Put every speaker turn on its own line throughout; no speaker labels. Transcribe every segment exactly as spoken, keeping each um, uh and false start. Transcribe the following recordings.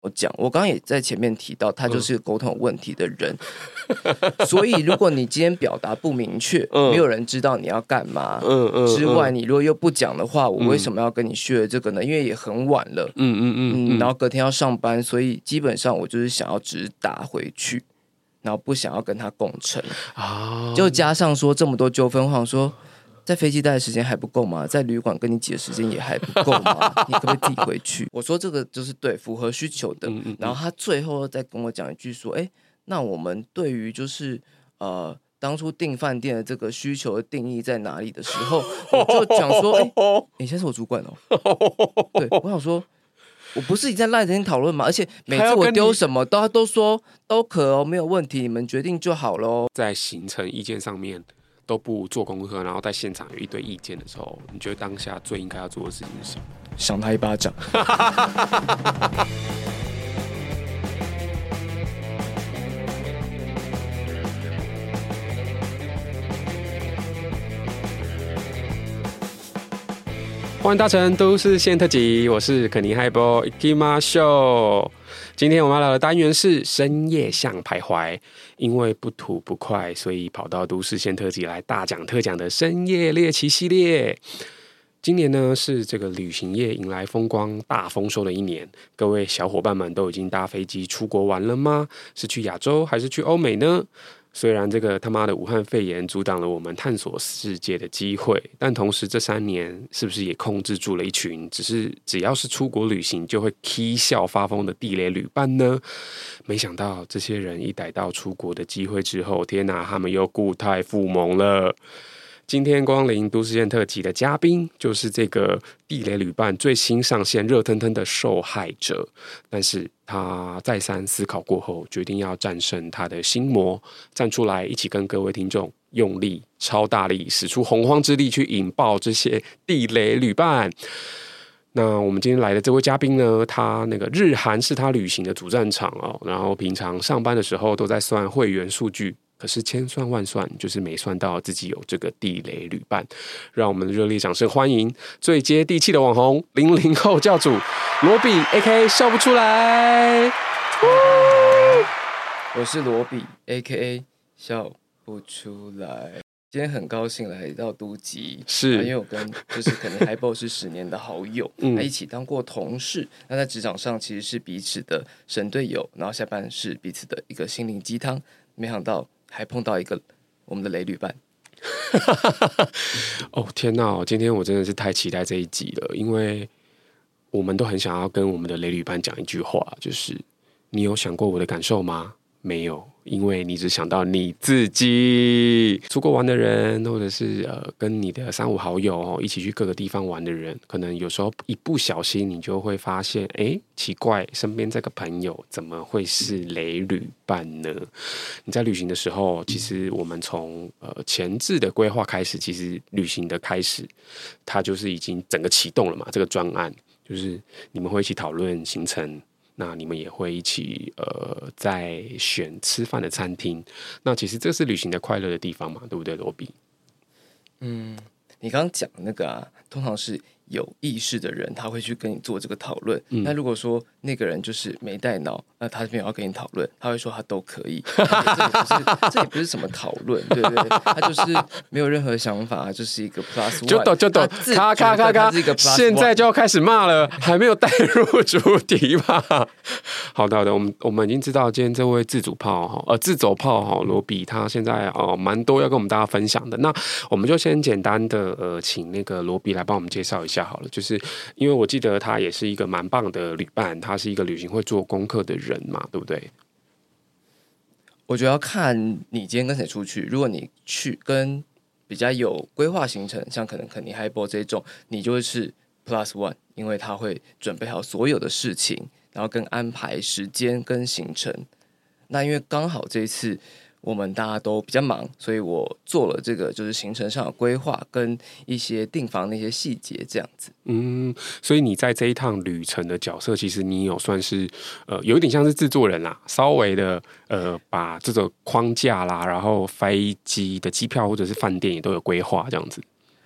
我讲，我刚刚也在前面提到，他就是沟通有问题的人，嗯、所以如果你今天表达不明确，嗯、没有人知道你要干嘛，嗯嗯、之外，你如果又不讲的话，我为什么要跟你share这个呢？因为也很晚了，嗯嗯嗯，嗯，然后隔天要上班，所以基本上我就是想要直达回去，然后不想要跟他共乘啊，就加上说这么多纠纷，我想说。在飞机待的时间还不够吗？在旅馆跟你挤的时间也还不够吗？你可不可以自己回去？我说这个就是对，符合需求的。嗯嗯嗯，然后他最后再跟我讲一句说：“哎，那我们对于就是呃当初订饭店的这个需求的定义在哪里的时候，我就讲说：哎，你现在是我主管哦。对，我想说。”我不是已经在赖着你讨论吗？而且每次我丢什么都他都说都可哦，没有问题，你们决定就好咯。
在行程意见上面都不做功课，然后在现场有一堆意见的时候，你觉得当下最应该要做的事情是什么？
赏他一巴掌。
欢迎搭乘都市线特辑，我是肯尼嗨波 Ikimasho。今天我们要聊的单元是深夜巷徘徊，因为不吐不快，所以跑到都市线特辑来大讲特讲的深夜猎奇系列。今年呢是这个旅行业迎来风光大丰收的一年，各位小伙伴们都已经搭飞机出国玩了吗？是去亚洲还是去欧美呢？虽然这个他妈的武汉肺炎阻挡了我们探索世界的机会，但同时这三年是不是也控制住了一群只是只要是出国旅行就会起笑发疯的地雷旅伴呢？没想到这些人一逮到出国的机会之后，天哪，他们又故态复萌了。今天光临都市线特辑的嘉宾就是这个地雷旅伴最新上线热腾腾的受害者，但是他再三思考过后，决定要战胜他的心魔，站出来一起跟各位听众用力超大力使出洪荒之力去引爆这些地雷旅伴。那我们今天来的这位嘉宾呢，他那个日韩是他旅行的主战场哦，然后平常上班的时候都在算会员数据，可是千算万算就是没算到自己有这个地雷旅伴。让我们热烈掌声欢迎最接地气的网红零零后教主罗比 A K A 笑不出来。
我是罗比 A K A 笑不出来。今天很高兴来到都集，
是
因为我跟就是可能海波是十年的好友，嗯，一起当过同事。那在职场上其实是彼此的神队友，然后下班是彼此的一个心灵鸡汤。没想到还碰到一个我们的雷旅伴。
哦天哪！今天我真的是太期待这一集了，因为我们都很想要跟我们的雷旅伴讲一句话，就是你有想过我的感受吗？没有，因为你只想到你自己。出国玩的人，或者是呃跟你的三五好友、哦、一起去各个地方玩的人，可能有时候一不小心，你就会发现，哎，奇怪，身边这个朋友怎么会是雷旅伴呢？你在旅行的时候，其实我们从呃前置的规划开始，其实旅行的开始，它就是已经整个启动了嘛。这个专案就是你们会一起讨论行程。那你们也会一起呃，在选吃饭的餐厅。那其实这是旅行的快乐的地方嘛，对不对，罗比？
嗯，你刚刚讲的那个啊，通常是有意识的人，他会去跟你做这个讨论。嗯、那如果说那个人就是没带脑，那他没有要跟你讨论，他会说他都可以。这也不是，这也不是什么讨论，对不对？他就是没有任何想法，就是一个 plus one。
就懂就懂，咔咔咔咔，现在就要开始骂了，还没有带入主题吧？好的好的，我们我们已经知道今天这位自主炮哈，呃自走炮哈，罗比他现在哦蛮多要跟我们大家分享的。那我们就先简单的呃，请那个罗比来帮我们介绍一下好了。就是因为我记得他也是一个蛮棒的旅伴，他是一个旅行会做功课的人嘛，对不对？
我觉得要看你今天跟谁出去。如果你去跟比较有规划行程，像可能肯尼海波这种，你就会是 plus one， 因为他会准备好所有的事情，然后跟安排时间跟行程。那因为刚好这一次我们大家都比较忙，所以我做了这个就是行程上的规划跟一些订房的一些细节这样子。
嗯，所以你在这一趟旅程的角色，其实你有算是呃有一点像是制作人啦，稍微的呃把这个框架啦，然后飞机的机票或者是饭店也都有规划这样子。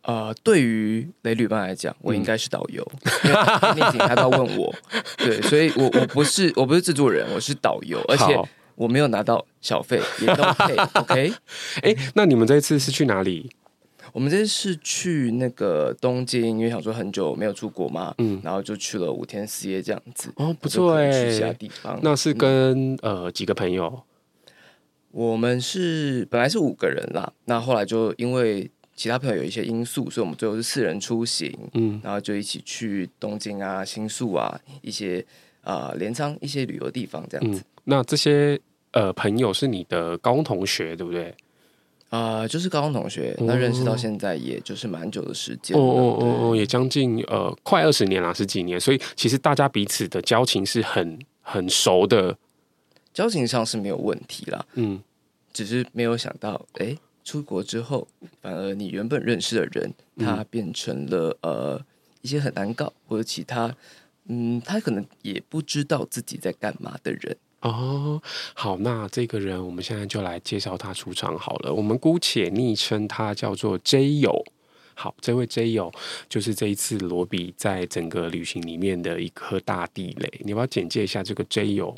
呃，对于雷旅伴来讲，我应该是导游，嗯、因为那景他都要问我，对，所以我我不是我不是制作人，我是导游，而且我没有拿到小费，也都配 ，OK？
哎，那你们这一次是去哪里？
我们这次是去那个东京，因为想说很久没有出国嘛，嗯，然后就去了五天四夜这样子。
哦，不错哎、欸，
去其他地方。
那是跟、嗯、呃几个朋友？
我们是本来是五个人啦，那后来就因为其他朋友有一些因素，所以我们最后是四人出行，嗯，然后就一起去东京啊、新宿啊一些啊、呃、镰仓一些旅游地方这样子。
嗯、那这些呃朋友是你的高中同学对不对？
啊、呃，就是高中同学，那认识到现在也就是蛮久的时间了，
哦哦哦，也将近呃快二十年了，十几年，所以其实大家彼此的交情是很很熟的，
交情上是没有问题啦，嗯，只是没有想到，哎，出国之后，反而你原本认识的人，他变成了、嗯、呃一些很难搞或者其他，嗯，他可能也不知道自己在干嘛的人。
哦，好，那这个人我们现在就来介绍他出场好了。我们姑且昵称他叫做 J 友。好，这位 J 友就是这一次罗比在整个旅行里面的一颗大地雷。你要不要简介一下这个 J 友？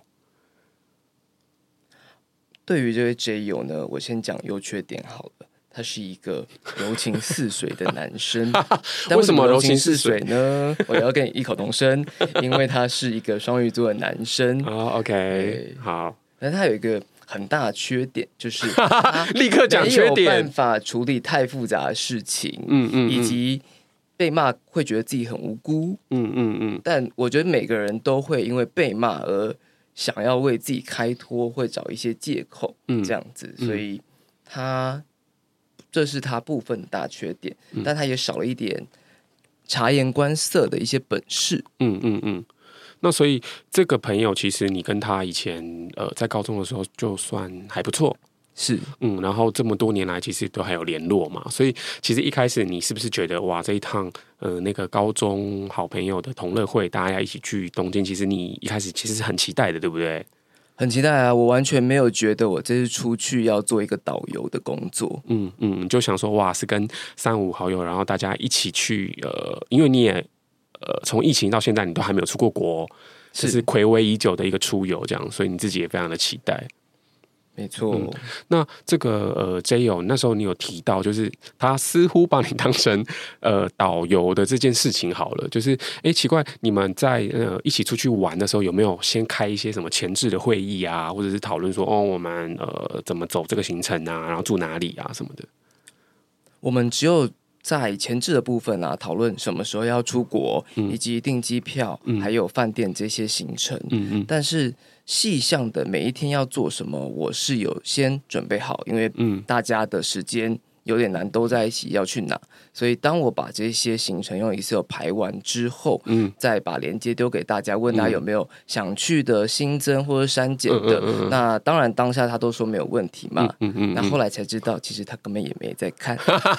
对于这位 J 友呢，我先讲优缺点好了。他是一个柔情似水的男生，但为什么柔情似水呢？我要跟你异口同声，因为他是一个双鱼座的男生。
哦 ，OK， 好。
但他有一个很大的缺点，就是
立刻讲缺点，
没有办法处理太复杂的事情，嗯嗯，以及被骂会觉得自己很无辜，嗯嗯嗯。但我觉得每个人都会因为被骂而想要为自己开脱，会找一些借口，嗯，这样子，所以他。这是他部分的大缺点，嗯、但他也少了一点察言观色的一些本事。
嗯嗯嗯。那所以这个朋友，其实你跟他以前呃在高中的时候就算还不错，
是
嗯，然后这么多年来其实都还有联络嘛。所以其实一开始你是不是觉得哇，这一趟呃那个高中好朋友的同乐会，大家一起去东京，其实你一开始其实是很期待的，对不对？
很期待啊！我完全没有觉得我这次出去要做一个导游的工作。
嗯嗯，就想说哇，是跟三五好友，然后大家一起去。呃，因为你也呃从疫情到现在，你都还没有出过国，这是睽违已久的一个出游，这样，所以你自己也非常的期待。
没错、嗯，
那这个呃 J 友那时候你有提到，就是他似乎把你当成呃导游的这件事情好了，就是哎奇怪，你们在呃一起出去玩的时候，有没有先开一些什么前置的会议啊，或者是讨论说哦我们呃怎么走这个行程啊，然后住哪里啊什么的？
我们只有在前置的部分啊，讨论什么时候要出国，嗯、以及订机票，嗯、还有饭店这些行程。嗯嗯，但是。细项的每一天要做什么，我是有先准备好，因为大家的时间有点难都在一起要去哪，所以当我把这些行程用 Excel 排完之后，嗯，再把链接丢给大家，问大家有没有想去的新增或者删减的。嗯嗯嗯、那当然当下他都说没有问题嘛，嗯嗯嗯、那后来才知道，其实他根本也没在看。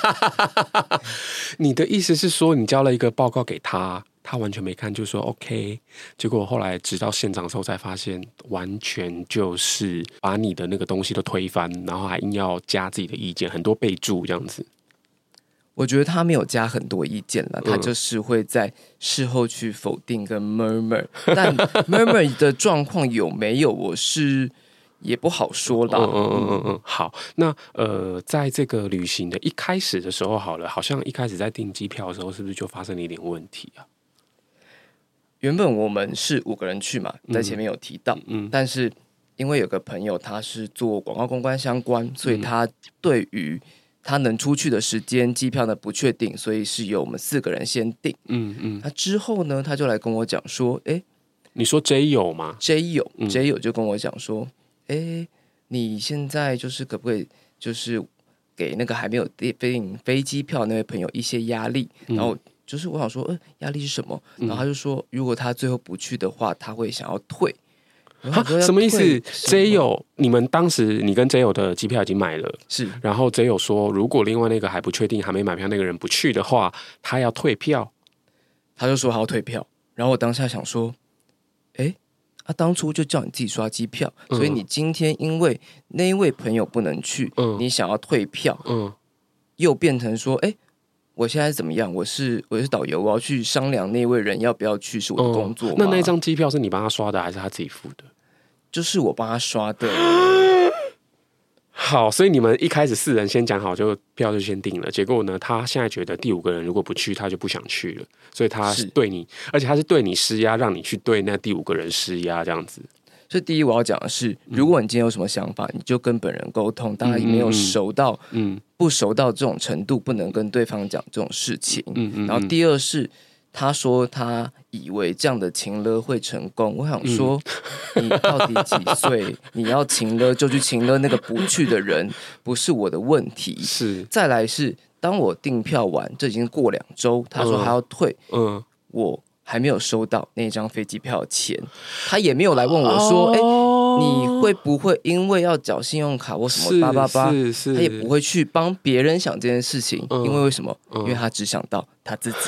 你的意思是说，你交了一个报告给他？他完全没看，就说 OK， 结果后来直到现场的时候才发现，完全就是把你的那个东西都推翻，然后还硬要加自己的意见，很多备注这样子。
我觉得他没有加很多意见了，他就是会在事后去否定跟 murmur， 但 murmur 的状况有没有，我是也不好说啦。
嗯嗯嗯嗯嗯，好，那呃，在这个旅行的一开始的时候，好了，好像一开始在订机票的时候，是不是就发生了一点问题啊？
原本我们是五个人去嘛，在前面有提到，嗯，但是因为有个朋友他是做广告公关相关，所以他对于他能出去的时间、机票呢不确定，所以是由我们四个人先订，嗯嗯。那之后呢，他就来跟我讲说，哎，
你说 J 友吗
？J 友、嗯、，J 友就跟我讲说，哎，你现在就是可不可以就是给那个还没有订飞机票那位朋友一些压力，然后。就是我想说，呃，压力是什么？然后他就说，如果他最后不去的话，他会想要退。
哈，什么意思 ？J 友，你们当时你跟 J 友的机票已经买了，
是。
然后 J 友说，如果另外那个还不确定、还没买票那个人不去的话，他要退票。
他就说他要退票。然后我当下想说，哎，他、啊、当初就叫你自己刷机票，嗯、所以你今天因为那一位朋友不能去，嗯、你想要退票，嗯，又变成说，哎。 我现在怎么样？我是我是导游，我要去商量那位人要不要去，是我的工作、哦。
那那张机票是你帮他刷的，还是他自己付的？
就是我帮他刷的。
好，所以你们一开始四人先讲好，就票就先定了。结果呢，他现在觉得第五个人如果不去，他就不想去了，所以他是对你，而且他是对你施压，让你去对那第五个人施压，这样子。
所以第一我要讲的是，如果你今天有什么想法，你就跟本人沟通，大家也没有熟到，嗯，不熟到这种程度，不能跟对方讲这种事情。嗯嗯。然后第二是，他说他以为这样的情勒会成功，我想说，嗯、你到底几岁？你要情勒就去情勒那个不去的人，不是我的问题。
是。
再来是，当我订票完，这已经过两周，他说还要退，嗯，嗯我。还没有收到那张飞机票的钱，他也没有来问我说：“哎、哦欸，你会不会因为要缴信用卡或什么叭叭叭？”他也不会去帮别人想这件事情，嗯、因为为什么？嗯、因为他只想到他自己。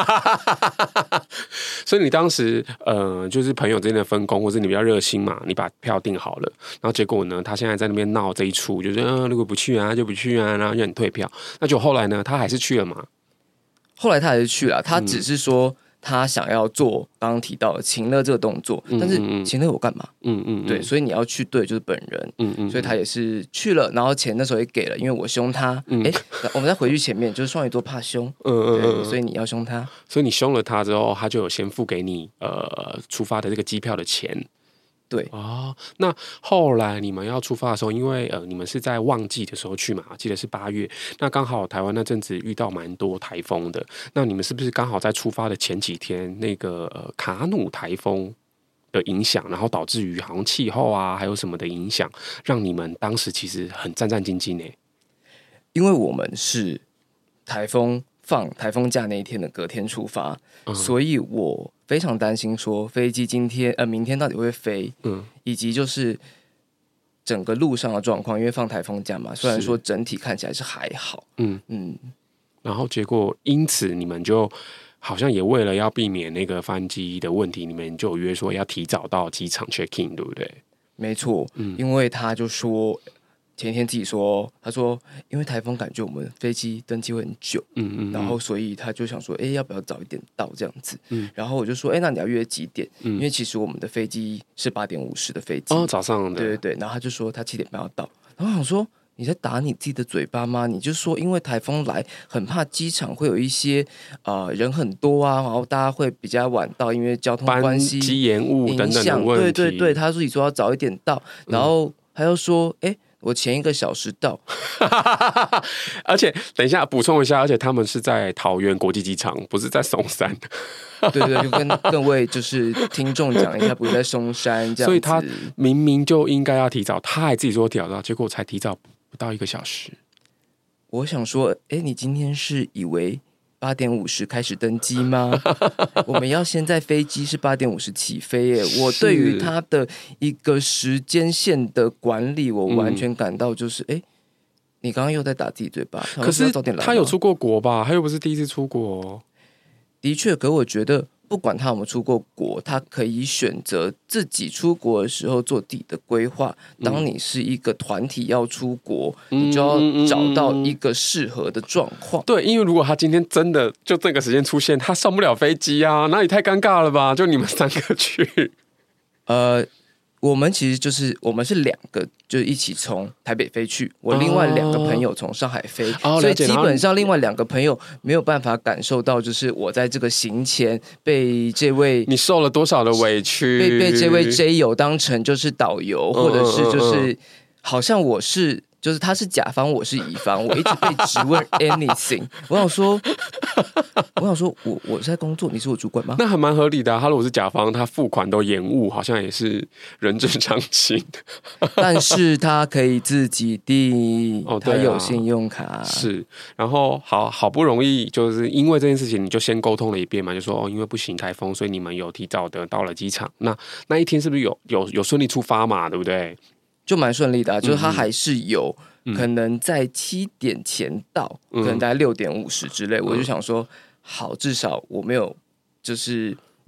所以你当时呃，就是朋友之间的分工，或者你比较热心嘛，你把票订好了，然后结果呢，他现在在那边闹这一出，就是嗯、呃，如果不去啊，就不去啊，然后让你退票。那就后来呢，他还是去了嘛？
后来他还是去了，他只是说。他想要做刚刚提到的情勒这个动作，但是情勒我干嘛？嗯嗯，对，所以你要去对就是本人，嗯嗯，所以他也是去了，然后钱那时候也给了，因为我凶他，哎、嗯欸，我们再回去前面，就是双鱼座怕凶，嗯嗯嗯，所以你要凶他，
所以你凶了他之后，他就有先付给你呃出发的这个机票的钱。
对
哦，那后来你们要出发的时候，因为呃你们是在旺季的时候去嘛，记得是八月，那刚好台湾那阵子遇到蛮多台风的，那你们是不是刚好在出发的前几天，那个、呃、卡努台风的影响，然后导致于好像气候啊还有什么的影响，让你们当时其实很战战兢兢呢？
因为我们是台风放台风假那一天的隔天出发，嗯、所以我非常担心说飞机今天呃明天到底会不会飞，嗯，以及就是整个路上的状况，因为放台风假嘛，虽然说整体看起来是还好，嗯
嗯，然后结果因此你们就好像也为了要避免那个翻机的问题，你们就有约说要提早到机场 check in， 对不对？
没错，嗯，因为他就说。前一天自己说，他说因为台风感觉我们飞机登机会很久，嗯嗯，然后所以他就想说，哎、欸，要不要早一点到这样子？嗯，然后我就说，哎、欸，那你要约几点？嗯，因为其实我们的飞机是八点五十的飞机，
哦，早上的，
对对对。然后他就说他七点半要到，然后我想说你在打你自己的嘴巴吗？你就说因为台风来，很怕机场会有一些呃人很多啊，然后大家会比较晚到，因为交通关系、
班机延误等等的问题。
对对对，他自己说要早一点到，然后他又说，哎、欸。我前一个小时到，
而且等一下补充一下，而且他们是在桃园国际机场，不是在松山。
对对，就跟各位就是听众讲一下，不是在松山这样子。
所以他明明就应该要提早，他还自己说提早到，结果才提早不到一个小时。
我想说，哎，你今天是以为八点五十开始登机吗？我们要先在飞机是八点五十起飞耶。我对于他的一个时间线的管理，我完全感到就是，哎、嗯，你刚刚又在打自己嘴巴。
可是他有出过国吧？他又不是第一次出国。
的确，可我觉得不管他有没有出过国，他可以选择自己出国的时候做自己的规划。当你是一个团体要出国，嗯、你就要找到一个适合的状况。
对，因为如果他今天真的就这个时间出现，他上不了飞机啊，那也太尴尬了吧？就你们三个去，
呃。我们其实就是我们是两个，就是一起从台北飞去，我另外两个朋友从上海飞，哦、所以基本上另外两个朋友没有办法感受到，就是我在这个行前被这位
你受了多少的委屈，
被被这位 J 友当成就是导游，或者是就是好像我是。就是他是甲方，我是乙方，我一直被质问 anything。我想说，我想说我我在工作，你是我主管吗？
那还蛮合理的、啊。他如果是甲方，他付款都延误，好像也是人之常情。
但是他可以自己订，哦、他有信用卡。
是，然后好好不容易，就是因为这件事情，你就先沟通了一遍嘛，就说哦，因为不行台风，所以你们有提早的到了机场。那那一天是不是有有有顺利出发嘛？对不对？
就蛮顺利的、啊，就是他还是有可能在七点前到，嗯、可能大概六点五十之类。嗯、我就想说，好，至少我没有就是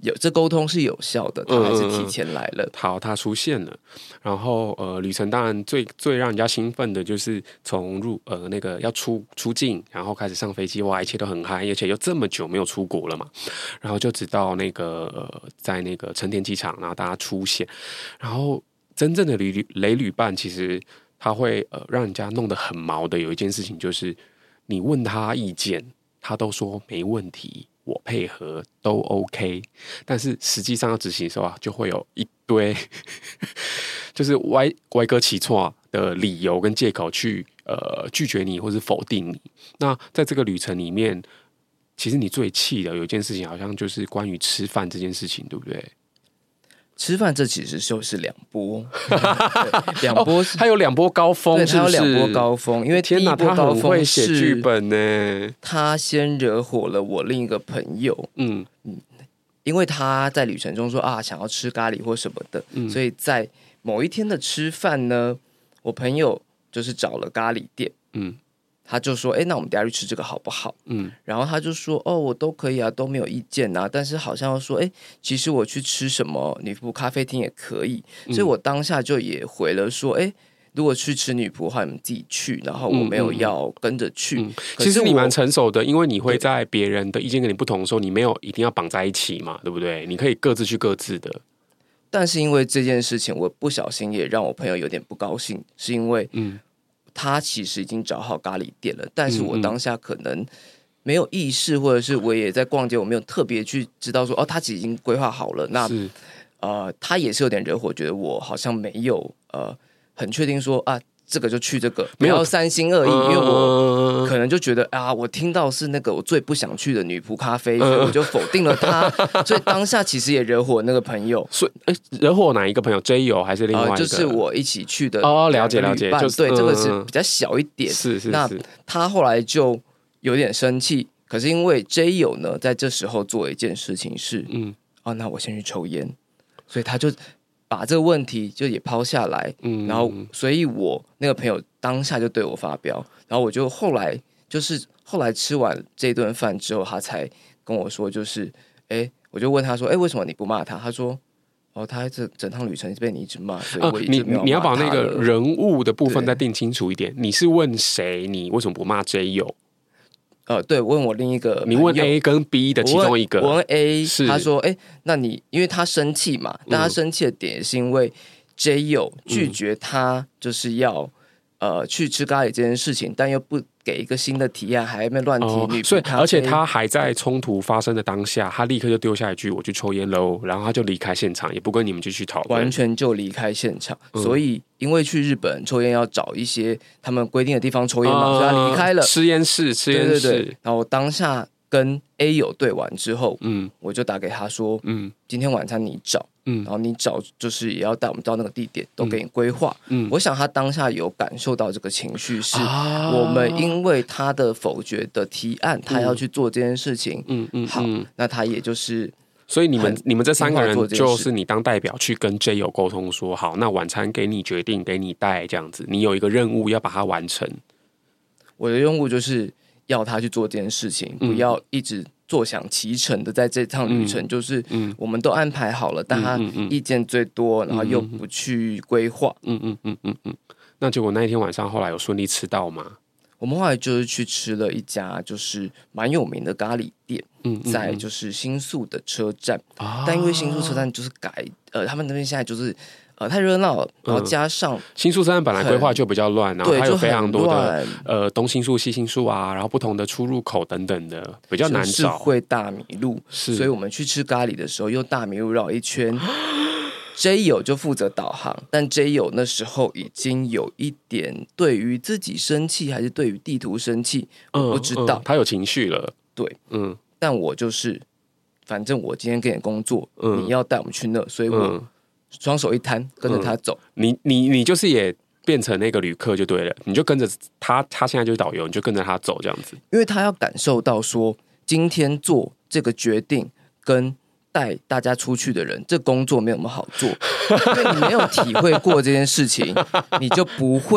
有这沟通是有效的，他还是提前来了。
嗯嗯嗯好，他出现了，然后呃，旅程当然最最让人家兴奋的就是从入呃那个要出出境，然后开始上飞机，哇，一切都很嗨，而且又这么久没有出国了嘛，然后就直到那个呃在那个成田机场，然后大家出现，然后真正的旅雷旅伴其实他会呃让人家弄得很毛的有一件事情，就是你问他意见，他都说没问题。我配合都 OK， 但是实际上要执行的时候啊，就会有一堆就是歪歪哥起错的理由跟借口去呃拒绝你或是否定你。那在这个旅程里面，其实你最气的有一件事情，好像就是关于吃饭这件事情，对不对？
吃饭这其实就是两波，两波、哦，
它有两波高峰，
对，
是不是？
它有两波高峰，因为第一波高峰是
写剧本呢，
他先惹火了我另一个朋友，嗯嗯，因为他在旅程中说啊想要吃咖喱或什么的，嗯、所以在某一天的吃饭呢，我朋友就是找了咖喱店，嗯。他就说：“哎、欸，那我们等一下去吃这个好不好？”嗯，然后他就说：“哦，我都可以啊，都没有意见啊。”但是好像说：“哎、欸，其实我去吃什么女仆咖啡厅也可以。嗯”所以我当下就也回了说：“哎、欸，如果去吃女仆的话，你们自己去。”然后我没有要跟着去。嗯嗯、
其实你蛮成熟的，因为你会在别人的意见跟你不同的时候，你没有一定要绑在一起嘛，对不对？你可以各自去各自的。
但是因为这件事情，我不小心也让我朋友有点不高兴，是因为嗯。他其实已经找好咖喱店了，但是我当下可能没有意识，或者是我也在逛街，我没有特别去知道说，哦，他其实已经规划好了。那呃，他也是有点惹火，觉得我好像没有呃很确定说啊，这个就去这个，没有三心二意，因为我可能就觉得啊，我听到是那个我最不想去的女仆咖啡，所以我就否定了他。所以当下其实也惹火那个朋友。
所以，哎，惹火哪一个朋友 ？J 友还是另外一个？
呃、就是我一起去的
哦，了解了解，
就是对、嗯、这个是比较小一点。
是是是。
那他后来就有点生气，可是因为 J 友呢，在这时候做一件事情是，嗯，哦，那我先去抽烟，所以他就。把这个问题就也抛下来，嗯，然后所以我那个朋友当下就对我发飙，然后我就后来就是后来吃完这顿饭之后，他才跟我说，就是哎，我就问他说，哎，为什么你不骂他？他说，哦，他这整趟旅程被你一直骂，所以我一直没有骂他了。
你你要把那个人物的部分再定清楚一点，你是问谁？你为什么不骂 J 友？
呃，对，问我另一个，
你问 A 跟 B 的其中一个，
我问 A， 他说，哎，那你因为他生气嘛，但他生气的点也是因为 J 友拒绝他就是要、嗯、呃去吃咖喱这件事情，但又不给一个新的提案，还没乱提女仆咖啡、哦、
所以而且他还在冲突发生的当下，他立刻就丢下一句我去抽烟喽，然后他就离开现场，也不跟你们继续讨论，
完全就离开现场、嗯、所以因为去日本抽烟要找一些他们规定的地方抽烟嘛、呃、所以他离开了
吃烟室吃烟室，
对对对，然后我当下跟 A 友对完之后，嗯，我就打给他说，嗯，今天晚餐你找，嗯，然后你找就是也要带我们到那个地点，都给你规划，嗯，我想他当下有感受到这个情绪，是我们因为他的否决的提案，他要去做这件事情，嗯嗯，好，那他也就是，
所以你们你们这三个人就是你当代表去跟 J 友沟通说，好，那晚餐给你决定，给你带这样子，你有一个任务要把它完成，
我的任务就是要他去做这件事情，嗯、不要一直坐享其成的在这趟旅程，嗯、就是我们都安排好了，嗯、但他意见最多，嗯、然后又不去规划。
嗯嗯嗯嗯嗯。那结果那一天晚上后来有顺利吃到吗？
我们后来就是去吃了一家就是蛮有名的咖喱店，嗯嗯嗯在就是新宿的车站，啊、但因为新宿车站就是改，呃，他们那边现在就是。呃，太热闹了，然后加上、嗯、
新宿车站本来规划就比较乱，然后它有非常多的呃东新宿、西新宿啊，然后不同的出入口等等的，比较难找，
就是会大迷路。是，所以我们去吃咖喱的时候又大迷路绕一圈。J 友就负责导航，但 J 友那时候已经有一点对于自己生气，还是对于地图生气，我不知道、
嗯嗯，他有情绪了。
对，嗯，但我就是，反正我今天跟你工作，嗯、你要带我们去那，所以我。嗯双手一摊，跟着他走。
嗯、你你你就是也变成那个旅客就对了，你就跟着他，他现在就是导游，你就跟着他走这样子。
因为他要感受到说，今天做这个决定跟带大家出去的人，这工作没有那么好做，因为你没有体会过这件事情，你就不会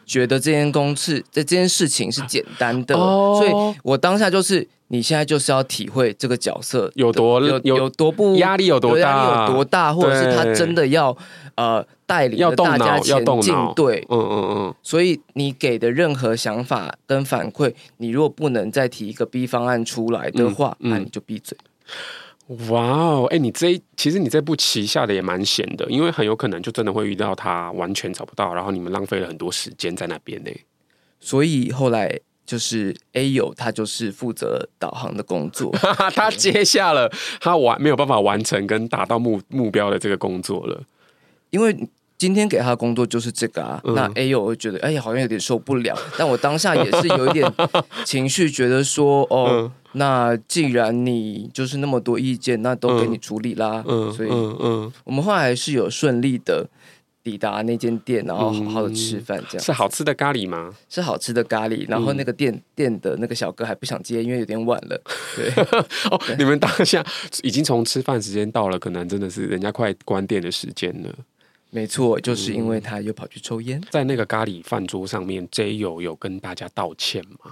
觉得这件公事这件事情是简单的，哦、所以我当下就是你现在就是要体会这个角色
有多
有有多不
压力有多大，
压力有多大，或者是他真的要呃带领着大家前进，对，
嗯嗯嗯。
所以你给的任何想法跟反馈，你如果不能再提一个 B 方案出来的话，那、嗯嗯、你就闭嘴。
哇哦，哎，你这其实你这步棋下的也蛮险的，因为很有可能就真的会遇到他完全找不到，然后你们浪费了很多时间在那边呢。
所以后来就是 A 友他就是负责导航的工作，
他接下了他完没有办法完成跟达到目目标的这个工作了，
因为今天给他的工作就是这个啊，嗯、那 A 友会觉得哎呀好像有点受不了，但我当下也是有一点情绪，觉得说哦。嗯那既然你就是那么多意见，那都给你处理啦。嗯、所以，嗯嗯、我们后来还是有顺利的抵达那间店，然后好好的吃饭，这样、
嗯、是好吃的咖喱吗？
是好吃的咖喱，然后那个店、嗯、店的那个小哥还不想接，因为有点晚了。对，
哦，你们当下已经从吃饭时间到了，可能真的是人家快关店的时间了。
没错，就是因为他又跑去抽烟，
嗯、在那个咖喱饭桌上面 ，J 友有跟大家道歉吗？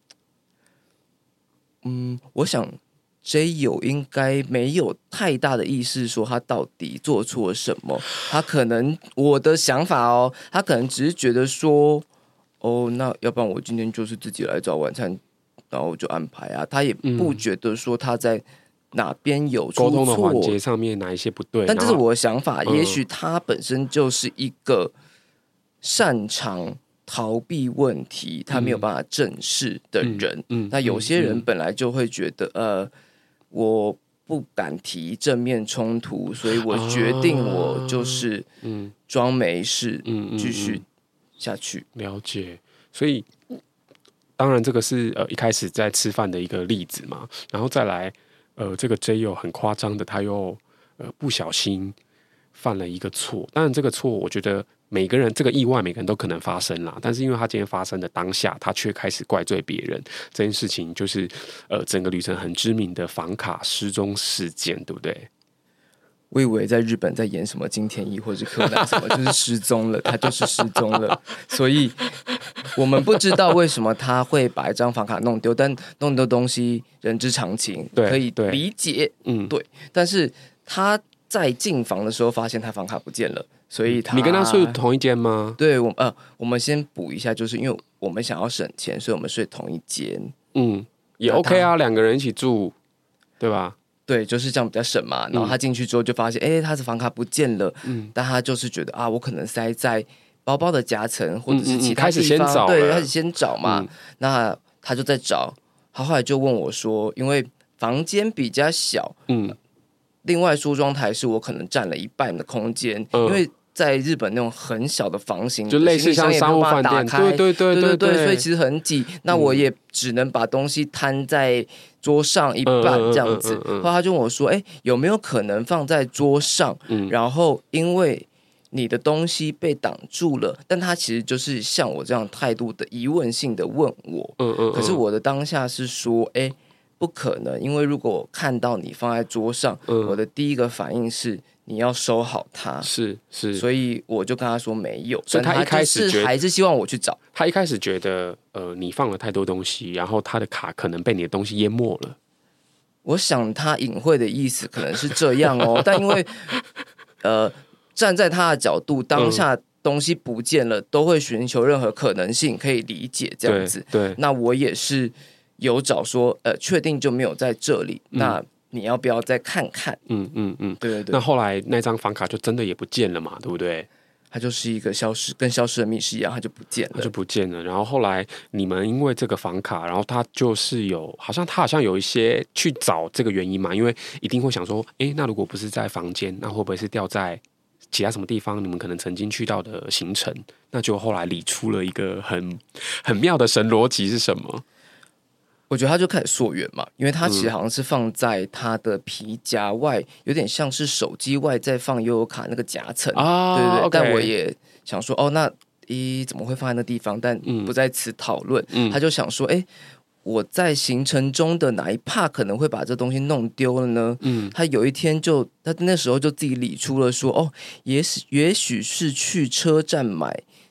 嗯，我想 J 友应该没有太大的意识，说他到底做错了什么。他可能我的想法哦，他可能只是觉得说，哦，那要不然我今天就是自己来找晚餐，然后我就安排啊。他也不觉得说他在哪边有出错，沟
通的环节上面哪一些不对。
但这是我的想法，嗯、也许他本身就是一个擅长逃避问题，他没有办法正视的人。嗯嗯、那有些人本来就会觉得，呃，我不敢提正面冲突，所以我决定我就是装没事，继续下去。
了解，所以当然这个是呃一开始在吃饭的一个例子嘛，然后再来呃这个 J 友很夸张的，他又呃不小心犯了一个错，当然这个错我觉得。每个人这个意外，每个人都可能发生啦。但是因为他今天发生的当下，他却开始怪罪别人，这件事情就是呃整个旅程很知名的房卡失踪事件，对不对？
我以为在日本在演什么金田一或者柯南什么，就是失踪了，他就是失踪了。所以我们不知道为什么他会把一张房卡弄丢，但弄丢东西人之常情，可以理解。嗯，对。但是他在进房的时候发现他房卡不见了。所以他，
你跟他睡同一间吗？
对，我呃，我们先补一下，就是因为我们想要省钱，所以我们睡同一间。
嗯，也 OK 啊，两个人一起住，对吧？
对，就是这样比较省嘛。然后他进去之后就发现，哎、嗯，他的房卡不见了。嗯，但他就是觉得啊，我可能塞在包包的夹层或者是其他地方，嗯嗯嗯、开始先找，对，开始先找嘛。嗯、那他就在找，他后来就问我说，因为房间比较小，嗯，另外梳妆台是我可能占了一半的空间，嗯、因为。在日本那种很小的房型，
就类似像商务饭店，对对对对
对, 对, 对，所以其实很挤。那我也只能把东西摊在桌上一半这样子。后来他就问我说：“哎，有没有可能放在桌上？嗯、然后因为你的东西被挡住了，但他其实就是像我这样态度的疑问性的问我。嗯嗯。可是我的当下是说：哎，不可能，因为如果我看到你放在桌上，嗯、我的第一个反应是。”你要收好它，
是是，
所以我就跟他说没有，
所以他一开始
还是希望我去找。
他一开始觉得，呃，你放了太多东西，然后他的卡可能被你的东西淹没了。
我想他隐晦的意思可能是这样哦，但因为呃，站在他的角度，当下东西不见了，嗯、都会寻求任何可能性，可以理解这样子。
对，对
那我也是有找说，呃，确定就没有在这里。嗯、那你要不要再看看？嗯
嗯嗯，对对对。那后来那张房卡就真的也不见了嘛，对不对？
它就是一个消失，跟消失的密室一样，它就不见了，
它就不见了。然后后来你们因为这个房卡，然后他就是有，好像他好像有一些去找这个原因嘛，因为一定会想说，哎，那如果不是在房间，那会不会是掉在其他什么地方？你们可能曾经去到的行程，那就后来理出了一个很很妙的神逻辑是什么？
我觉得他就开始溯源嘛，因为他其实好像是放在他的皮夹外，嗯、有点像是手机外再放悠游卡那个夹层啊，对对对。okay. 但我也想说，哦，那咦怎么会放在那地方？但不在此讨论。嗯、他就想说，哎，我在行程中的哪一 part 可能会把这东西弄丢了呢？嗯，他有一天就，他那时候就自己理出了说，哦，也许也许是去车站买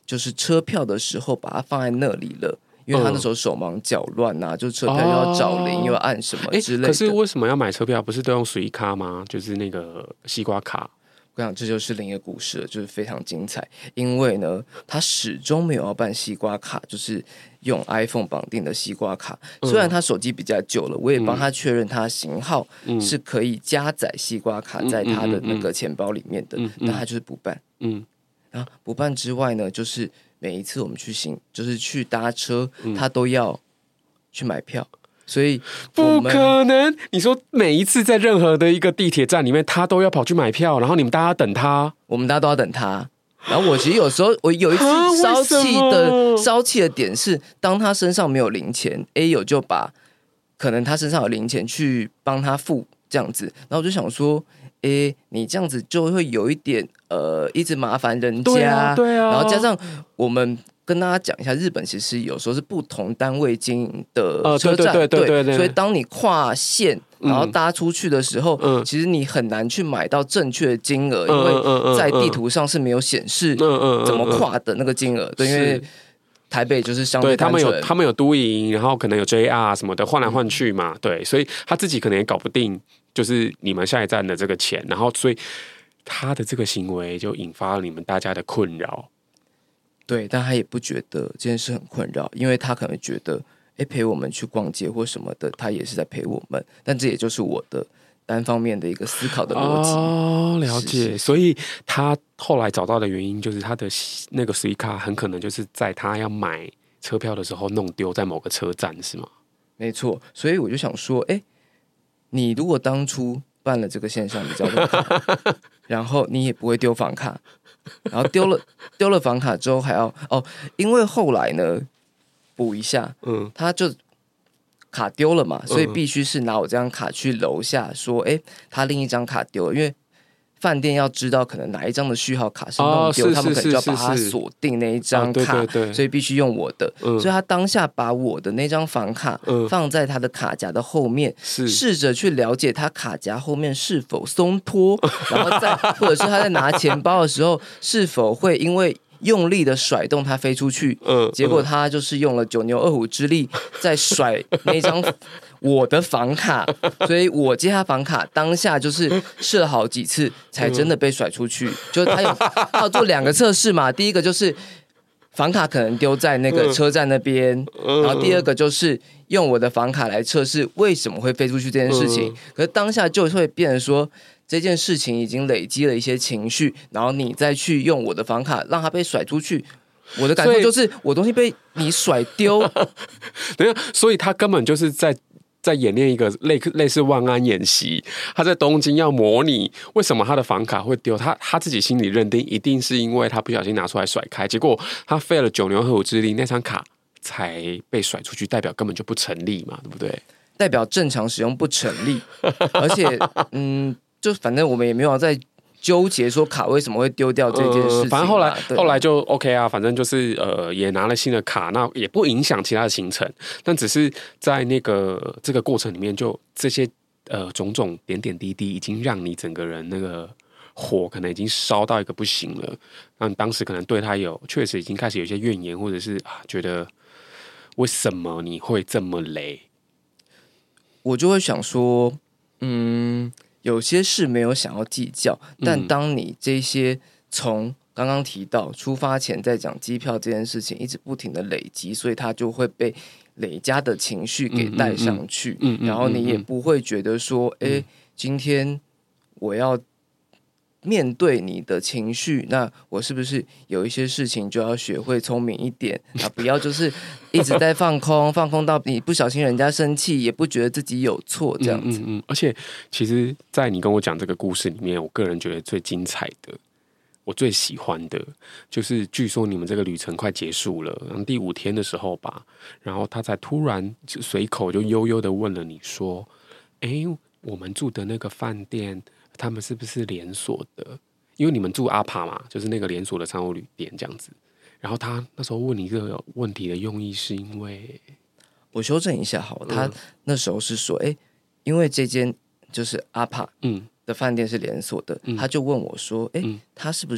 就是车票的时候把它放在那里了。因为他那时候手忙脚乱啊，就车票又要找零、哦、又要按什么之类的。
可是为什么要买车票？不是都用随卡吗？就是那个西瓜卡。
我跟你讲，这就是另一个故事了，就是非常精彩。因为呢，他始终没有要办西瓜卡，就是用 iPhone 绑定的西瓜卡。嗯、虽然他手机比较旧了，我也帮他确认他型号是可以加载西瓜卡在他的那个钱包里面的，嗯嗯嗯、但他就是不办。嗯，然后不办之外呢，就是每一次我们去行，就是去搭车，嗯、他都要去买票。所以
不可能！你说每一次在任何的一个地铁站里面，他都要跑去买票，然后你们大家等他，
我们大家都要等他。然后我其实有时候，我有一次烧气的烧气的点是，当他身上没有零钱 ，A 友就把可能他身上有零钱去帮他付这样子，然后我就想说，哎，你这样子就会有一点呃，一直麻烦人家，
对啊，对啊，
然后加上我们。跟大家讲一下，日本其实有时候是不同单位经营的车站，
呃、对, 对, 对, 对, 对, 对，
所以当你跨线然后搭出去的时候，嗯、其实你很难去买到正确的金额，嗯、因为在地图上是没有显示怎么跨的那个金额，嗯、对，因为台北就是相对单纯，
对他们有他们有都营，然后可能有 J R 什么的换来换去嘛，嗯、对，所以他自己可能也搞不定，就是你们下一站的这个钱，然后所以他的这个行为就引发了你们大家的困扰。
对，但他也不觉得这件事很困扰，因为他可能觉得，哎，陪我们去逛街或什么的，他也是在陪我们。但这也就是我的单方面的一个思考的逻辑。
哦，了解。是是，所以他后来找到的原因，就是他的那个随卡很可能就是在他要买车票的时候弄丢在某个车站，是吗？
没错。所以我就想说，哎，你如果当初办了这个线上比较多卡，然后你也不会丢房卡。然后丢了丢了房卡之后还要哦，因为后来呢补一下，嗯，他就卡丢了嘛，所以必须是拿我这张卡去楼下说，哎，他另一张卡丢了，因为饭店要知道可能哪一张的序号卡是弄丢，
哦、
他们可能就要把它锁定那一张卡，
哦、对对对，
所以必须用我的、嗯，所以他当下把我的那张房卡放在他的卡夹的后面，嗯、试着去了解他卡夹后面是否松脱，然后再或者是他在拿钱包的时候是否会因为用力的甩动它飞出去，嗯，结果他就是用了九牛二虎之力在甩那张我的房卡，所以我接他房卡当下就是试了好几次才真的被甩出去，就是他有他有做两个测试嘛，第一个就是房卡可能丢在那个车站那边，然后第二个就是用我的房卡来测试为什么会飞出去这件事情，可是当下就会变成说这件事情已经累积了一些情绪，然后你再去用我的房卡让它被甩出去，我的感受就是我东西被你甩丢。
等一下，所以他根本就是在在演练一个类类似万安演习，他在东京要模拟为什么他的房卡会丢，他他自己心里认定一定是因为他不小心拿出来甩开，结果他费了九牛二虎之力，那张卡才被甩出去，代表根本就不成立嘛，对不对？
代表正常使用不成立，而且嗯。就反正我们也没有在纠结说卡为什么会丢掉这件事情、呃，
反正后来后来就 OK 啊，反正就是呃也拿了新的卡，那也不影响其他的行程，但只是在那个这个过程里面，就这些呃种种点点滴滴，已经让你整个人那个火可能已经烧到一个不行了。那你当时可能对他有确实已经开始有一些怨言，或者是啊觉得为什么你会这么雷？
我就会想说，嗯。有些事没有想要计较，但当你这些从刚刚提到出发前在讲机票这件事情一直不停的累积，所以它就会被累加的情绪给带上去，嗯嗯嗯、然后你也不会觉得说，哎、嗯，今天我要面对你的情绪，那我是不是有一些事情就要学会聪明一点啊？不要就是一直在放空，放空到你不小心人家生气，也不觉得自己有错这样子。嗯嗯嗯。
而且，其实，在你跟我讲这个故事里面，我个人觉得最精彩的，我最喜欢的，就是据说你们这个旅程快结束了，然后第五天的时候吧，然后他才突然就随口就悠悠的问了你说：“哎，我们住的那个饭店。”他们是不是连锁的？因为你们住阿帕嘛，就是那个连锁的商务旅店这样子。然后他那时候问你这个问题的用意，是因为
我修正一下好了，嗯、他那时候是说，哎，因为这间就是阿帕的饭店是连锁的，嗯、他就问我说，哎、嗯，他是不是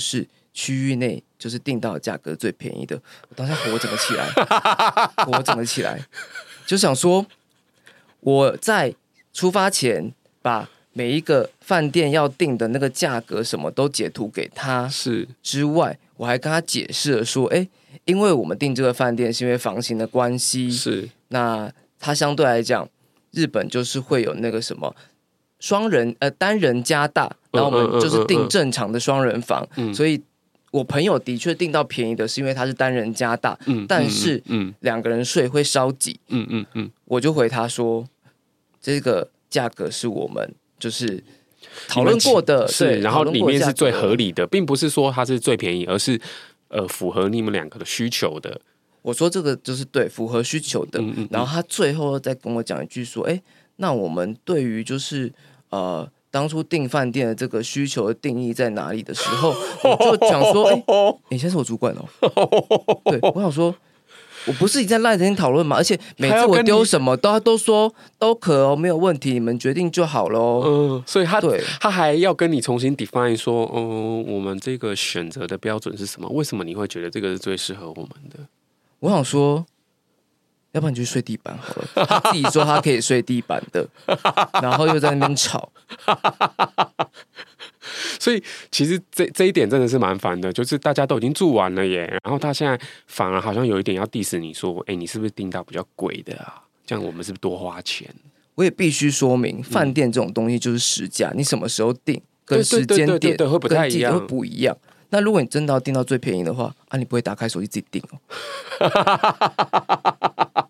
区域内就是订到的价格最便宜的，我当下火整个起来，火整个起来，就想说我在出发前把每一个饭店要订的那个价格什么都截图给他，
是
之外，我还跟他解释了说，哎，因为我们订这个饭店是因为房型的关系，
是
那它相对来讲，日本就是会有那个什么双人呃单人加大，然后我们就是订正常的双人房，嗯嗯嗯嗯、所以我朋友的确订到便宜的是因为它是单人加大，嗯、但是两个人睡会稍挤，嗯嗯嗯，我就回他说，这个价格是我们就是讨论过的，
是，然后里面是最合理的，并不是说它是最便宜，而是呃符合你们两个的需求的。
我说这个就是对符合需求的，嗯嗯嗯，然后他最后再跟我讲一句说，哎，那我们对于就是呃当初订饭店的这个需求的定义在哪里的时候，我就想说，哎，你现在是我主管哦，对，我想说。我不是已经在赖着你讨论吗？而且每次我丢什么都都说都可哦，没有问题，你们决定就好咯。
嗯，所以他对他还要跟你重新 define 说，嗯，我们这个选择的标准是什么？为什么你会觉得这个是最适合我们的？
我想说，要不然你就睡地板好了。他自己说他可以睡地板的，然后又在那边吵。
所以其实这这一点真的是蛮烦的，就是大家都已经住完了耶，然后他现在反而好像有一点要 diss 你说，哎、欸，你是不是订到比较贵的啊？这样我们是不是多花钱？
我也必须说明，饭店这种东西就是实价，你什么时候订跟时间点
会不太一样，
会不一样。那如果你真的要订到最便宜的话，啊，你不会打开手机自己订哦。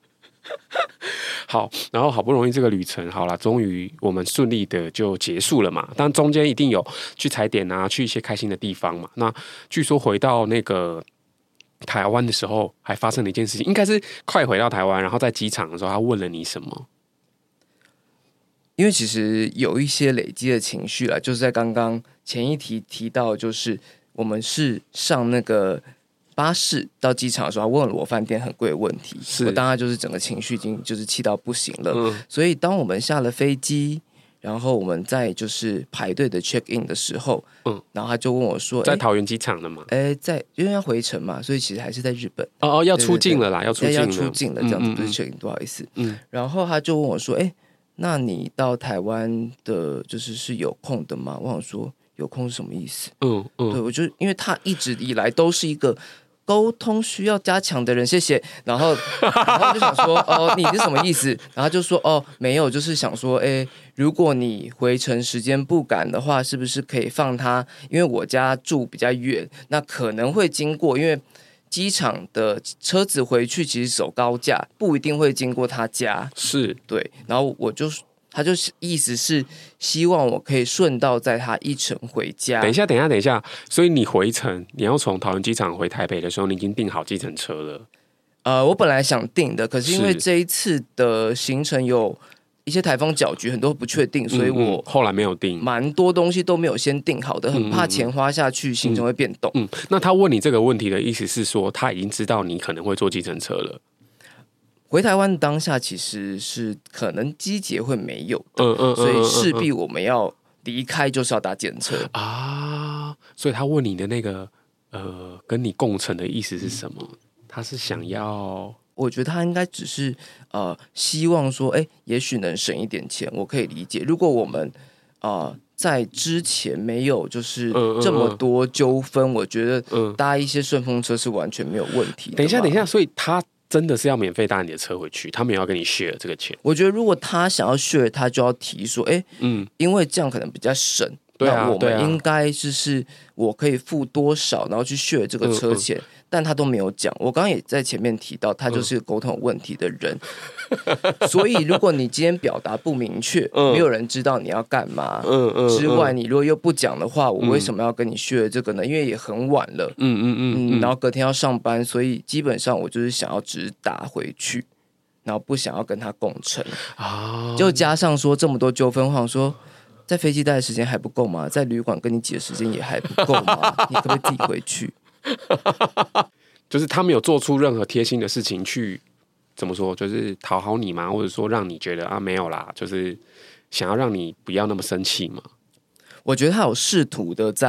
好，然后好不容易这个旅程好了，终于我们顺利的就结束了嘛。但中间一定有去踩点啊，去一些开心的地方嘛。那据说回到那个台湾的时候，还发生了一件事情，应该是快回到台湾，然后在机场的时候，他问了你什么？
因为其实有一些累积的情绪啦，就是在刚刚前一题提到，就是我们是上那个。巴士到机场的时候，他问了我饭店很贵的问题，我当然就是整个情绪已经就是气到不行了。嗯、所以当我们下了飞机，然后我们在就是排队的 check in 的时候，嗯，然后他就问我说：“
在桃园机场的吗？”
哎，在因为要回程嘛，所以其实还是在日本。
哦哦，要出境了啦，要出境了，
要出境了，这样子不是 check in，不好意思。嗯，然后他就问我说：“哎，那你到台湾的，就是是有空的吗？”我想说有空是什么意思？嗯嗯，对我就因为他一直以来都是一个。沟通需要加强的人，谢谢。然后，然后就想说，哦，你是什么意思？然后就说，哦，没有，就是想说，哎，如果你回程时间不赶的话，是不是可以放他？因为我家住比较远，那可能会经过，因为机场的车子回去其实走高架，不一定会经过他家。
是
对，然后我就。他就是意思是希望我可以顺道载他一程回家。
等一下，等一下，等一下。所以你回程，你要从桃园机场回台北的时候，你已经订好计程车了。
呃，我本来想订的，可是因为这一次的行程有一些台风搅局，很多不确定，所以我、嗯、
后来没有订，
蛮多东西都没有先订好的，很怕钱花下去，行程会变动。
嗯，那他问你这个问题的意思是说，他已经知道你可能会坐计程车了。
回台湾当下其实是可能机捷会没有的，嗯嗯，所以势必我们要离开就是要搭计程车
啊。所以他问你的那个呃，跟你共乘的意思是什么？他是想要，
我觉得他应该只是呃，希望说，哎，也许能省一点钱，我可以理解。如果我们啊、呃、在之前没有就是这么多纠纷，嗯嗯嗯、我觉得搭一些顺风车是完全没有问题的。
等一下，等一下，所以他。真的是要免费搭你的车回去，他们也要跟你 share 这个钱。
我觉得如果他想要 share， 他就要提说，哎，嗯，因为这样可能比较省。
对啊，
那我们应该就是我可以付多少，然后去 share 这个车钱，嗯嗯、但他都没有讲。我刚刚也在前面提到，他就是沟通有问题的人，嗯、所以如果你今天表达不明确，嗯、没有人知道你要干嘛，嗯嗯、之外，你如果又不讲的话，我为什么要跟你 share 这个呢？因为也很晚了，嗯嗯嗯，嗯然后隔天要上班，所以基本上我就是想要直达回去，然后不想要跟他共乘啊，就加上说这么多纠纷，我想说。在飞机待的时间还不够吗？在旅馆跟你挤的时间也还不够吗？你可不可以自己回去？
就是他没有做出任何贴心的事情去怎么说，就是讨好你吗？或者说让你觉得啊没有啦，就是想要让你不要那么生气嘛？
我觉得他有试图的在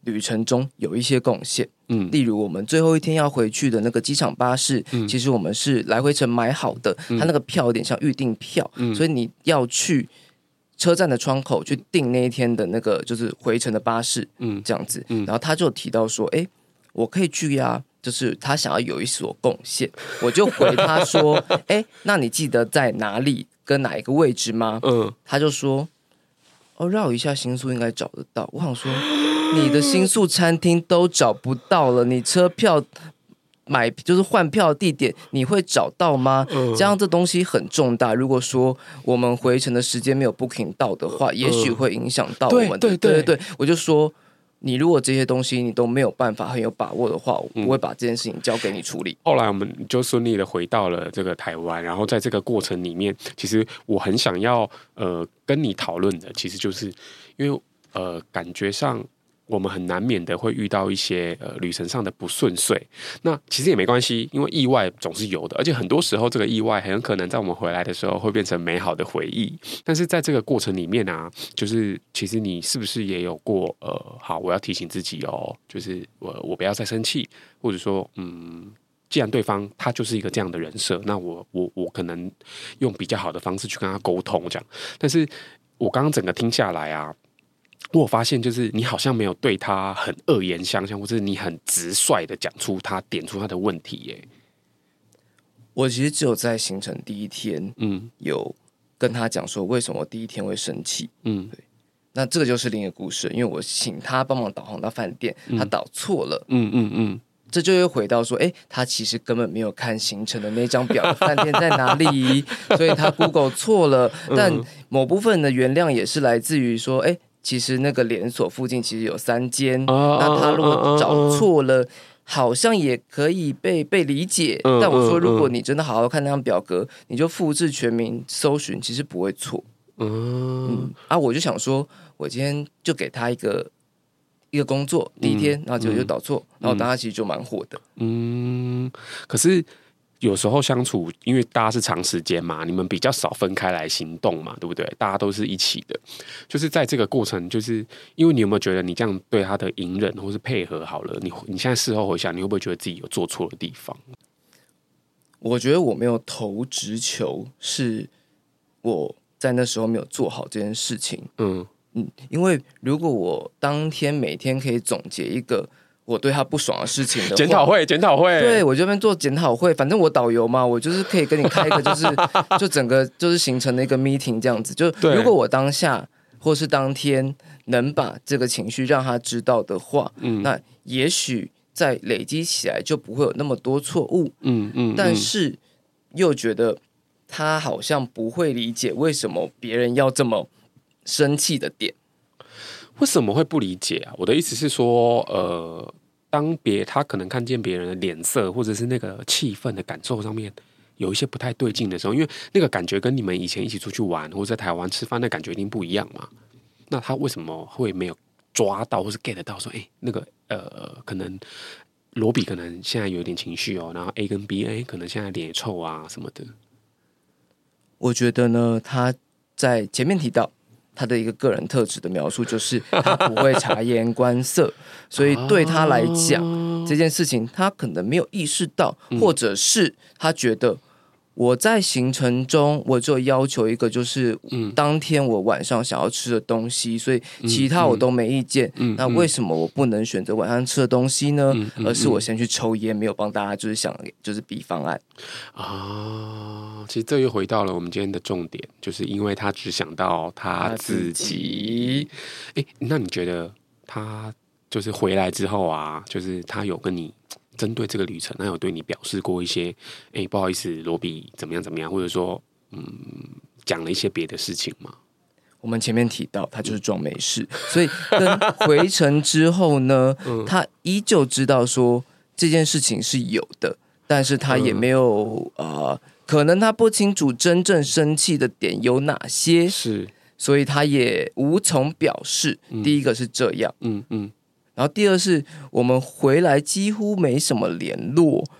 旅程中有一些贡献。
嗯，
例如我们最后一天要回去的那个机场巴士，嗯、其实我们是来回程买好的，嗯、它那个票有点像预订票，嗯、所以你要去车站的窗口去订那一天的那个就是回程的巴士，嗯，这样子。嗯、然后他就提到说，哎，我可以去呀、啊。就是他想要有一所贡献，我就回他说：“哎，那你记得在哪里跟哪一个位置吗？”嗯，他就说：“哦，绕一下新宿应该找得到。”我想说，你的新宿餐厅都找不到了，你车票买就是换票地点，你会找到吗？嗯、这样这东西很重大。如果说我们回程的时间没有 booking 到的话，也许会影响到我们的。对对 对, 对, 对, 对，我就说。你如果这些东西你都没有办法很有把握的话，我不会把这件事情交给你处理。
嗯、后来我们就顺利的回到了这个台湾，然后在这个过程里面，其实我很想要呃跟你讨论的，其实就是因为呃感觉上我们很难免的会遇到一些呃旅程上的不顺遂，那其实也没关系，因为意外总是有的，而且很多时候这个意外很有可能在我们回来的时候会变成美好的回忆。但是在这个过程里面啊，就是其实你是不是也有过呃，好，我要提醒自己哦，就是我我不要再生气，或者说嗯。既然对方他就是一个这样的人设，那我我我可能用比较好的方式去跟他沟通，这样。但是我刚刚整个听下来啊，我发现就是你好像没有对他很恶言相向，或者你很直率的讲出他点出他的问题耶。
我其实只有在行程第一天，嗯，有跟他讲说为什么第一天会生气，嗯，对。那这个就是另一个故事，因为我请他帮忙导航到饭店，嗯、他导错了，嗯嗯嗯。这就又回到说，哎，他其实根本没有看行程的那张表，饭店在哪里，所以他 Google 错了。但某部分的原谅也是来自于说，哎，其实那个连锁附近其实有三间，哦、那他如果找错了，哦、好像也可以被被理解。嗯、但我说，如果你真的好好看那张表格，你就复制全民搜寻，其实不会错。嗯, 嗯啊，我就想说，我今天就给他一个。一个工作第一天，然后结果就导错，嗯、然后当他其实就蛮火的。
嗯，可是有时候相处，因为大家是长时间嘛，你们比较少分开来行动嘛，对不对？大家都是一起的，就是在这个过程，就是因为你有没有觉得你这样对他的隐忍或是配合好了，你你现在事后回想，你会不会觉得自己有做错的地方？
我觉得我没有投直球，是我在那时候没有做好这件事情。嗯。嗯，因为如果我当天每天可以总结一个我对他不爽的事情的话，
检讨会，检讨会，
对我这边做检讨会，反正我导游嘛，我就是可以跟你开一个，就是就整个就是形成的一个 meeting 这样子。就如果我当下或是当天能把这个情绪让他知道的话，嗯，那也许再累积起来就不会有那么多错误。嗯嗯，但是又觉得他好像不会理解为什么别人要这么。生气的点，
为什么会不理解啊？我的意思是说，呃，当别他可能看见别人的脸色，或者是那个气氛的感受上面有一些不太对劲的时候，因为那个感觉跟你们以前一起出去玩或者在台湾吃饭的感觉一定不一样嘛。那他为什么会没有抓到或是 get 到说，哎、欸，那个呃，可能罗比可能现在有点情绪哦，然后 A 跟 B， 哎、欸，可能现在脸也臭啊什么的。
我觉得呢，他在前面提到。他的一个个人特质的描述就是他不会察言观色，所以对他来讲、啊、这件事情他可能没有意识到，嗯、或者是他觉得我在行程中我就要求一个就是当天我晚上想要吃的东西，所以其他我都没意见、嗯嗯、那为什么我不能选择晚上吃的东西呢、嗯嗯、而是我先去抽烟，没有帮大家就是想就是 B 方案
啊。其实这又回到了我们今天的重点，就是因为他只想到他自己。哎，那你觉得他就是回来之后啊，就是他有跟你针对这个旅程，他有对你表示过一些，哎，不好意思，罗比怎么样怎么样，或者说，嗯，讲了一些别的事情吗？
我们前面提到他就是装没事，所以跟回程之后呢，嗯、他依旧知道说这件事情是有的，但是他也没有、嗯、呃。可能他不清楚真正生气的点有哪些，
是，
所以他也无从表示。嗯、第一个是这样，嗯嗯，然后第二是我们回来几乎没什么联络，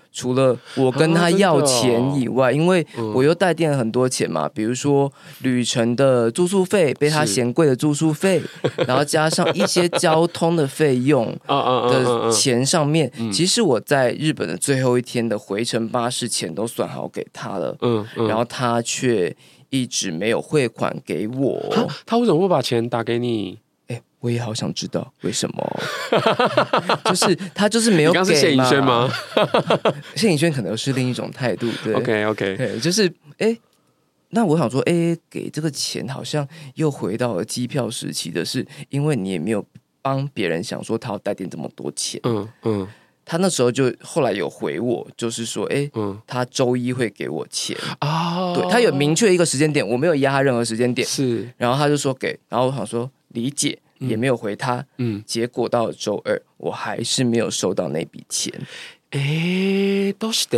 除了我跟他要钱以外，啊哦、因为我又带垫了很多钱嘛，比如说旅程的住宿费被他嫌贵的住宿费，然后加上一些交通的费用的钱上面，其实我在日本的最后一天的回程巴士钱都算好给他了，嗯嗯、然后他却一直没有汇款给我。
他, 他为什么会把钱打给你？
哎，我也好想知道为什么。就是他就是没有给嘛。你刚
是谢颖轩吗？
谢颖轩可能是另一种态度，对。
OK OK，
对，就是哎，那我想说，哎，给这个钱好像又回到了机票时期的是，因为你也没有帮别人想说他要带点这么多钱。嗯嗯。他那时候就后来有回我，就是说，哎，嗯，他周一会给我钱啊。对，他有明确一个时间点，我没有压他任何时间点。
是，
然后他就说给，然后我想说。理解，也没有回他，嗯，结果到了周二，我还是没有收到那笔钱。
哎，どうして？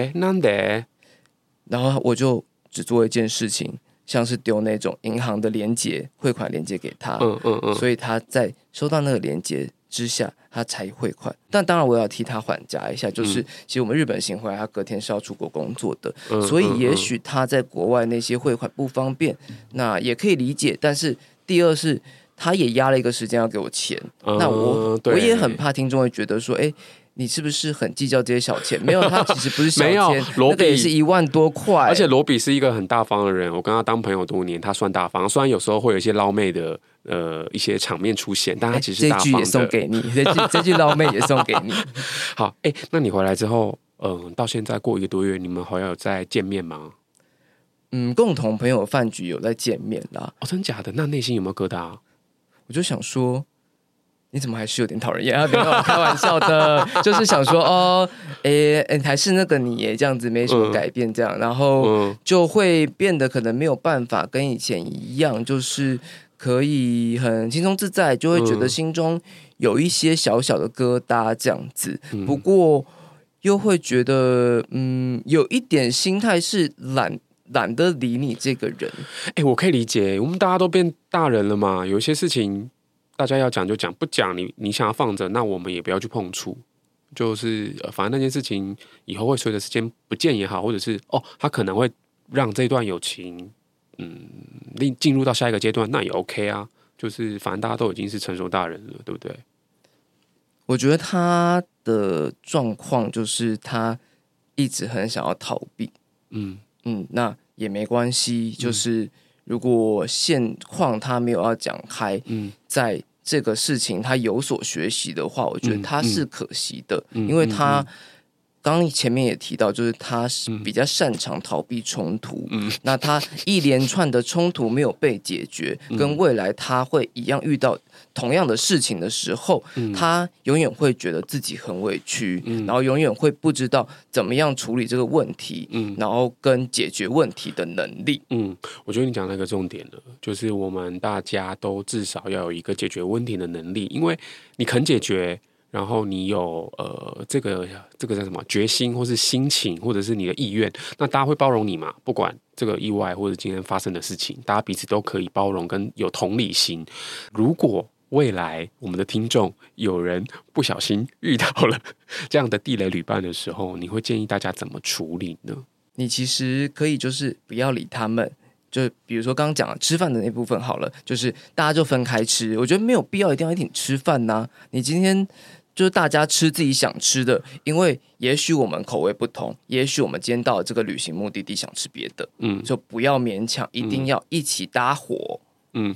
なんで？
然后我就只做一件事情，像是丢那种银行的连结、汇款连结给他，嗯嗯嗯，所以他在收到那个连结之下，他才汇款。但当然，我要替他缓夹一下，就是、嗯、其实我们日本行回来，他隔天是要出国工作的，嗯、所以也许他在国外那些汇款不方便，嗯、那也可以理解。但是第二是。他也压了一个时间要给我钱，嗯、那我我也很怕听众会觉得说，哎，你是不是很计较这些小钱？没有，他其实不是小钱，那个也是一万多块。
而且罗比是一个很大方的人，我跟他当朋友多年，他算大方。虽然有时候会有一些捞妹的呃一些场面出现，但他其实大方的。这
句也送给你，这句这句捞妹也送给你。
好，哎，那你回来之后，嗯、呃，到现在过一个多月，你们还有在见面吗？
嗯，共同朋友饭局有在见面啦。
哦，真假的？那内心有没有疙瘩？
我就想说，你怎么还是有点讨人厌啊？没有开玩笑的，就是想说哦，诶，诶还是那个你耶，这样子没什么改变，这样，嗯、然后就会变得可能没有办法跟以前一样，就是可以很轻松自在，就会觉得心中有一些小小的疙瘩这样子。嗯、不过又会觉得，嗯，有一点心态是懒。懒得理你这个人，
哎、欸，我可以理解，我们大家都变大人了嘛，有一些事情大家要讲就讲，不讲你你想要放着，那我们也不要去碰触，就是反正那件事情以后会随着时间不见也好，或者是哦，他可能会让这段友情嗯进入到下一个阶段，那也 OK 啊，就是反正大家都已经是成熟大人了，对不对？
我觉得他的状况就是他一直很想要逃避，嗯。嗯，那也没关系。就是如果现况他没有要讲开，嗯，在这个事情他有所学习的话，我觉得他是可惜的，嗯、因为他刚刚前面也提到，就是他是比较擅长逃避冲突。嗯，那他一连串的冲突没有被解决，嗯、跟未来他会一样遇到同样的事情的时候，嗯、他永远会觉得自己很委屈，嗯、然后永远会不知道怎么样处理这个问题，嗯、然后跟解决问题的能力。
嗯，我觉得你讲那个重点了，就是我们大家都至少要有一个解决问题的能力，因为你肯解决。然后你有呃这个这个叫什么决心，或是心情，或者是你的意愿，那大家会包容你嘛？不管这个意外或者今天发生的事情，大家彼此都可以包容跟有同理心。如果未来我们的听众有人不小心遇到了这样的地雷旅伴的时候，你会建议大家怎么处理呢？
你其实可以就是不要理他们。就比如说刚刚讲吃饭的那部分好了，就是大家就分开吃，我觉得没有必要一定要一起吃饭呐、啊。你今天就是大家吃自己想吃的，因为也许我们口味不同，也许我们今天到了这个旅行目的地想吃别的，嗯，就不要勉强，一定要一起搭伙，嗯，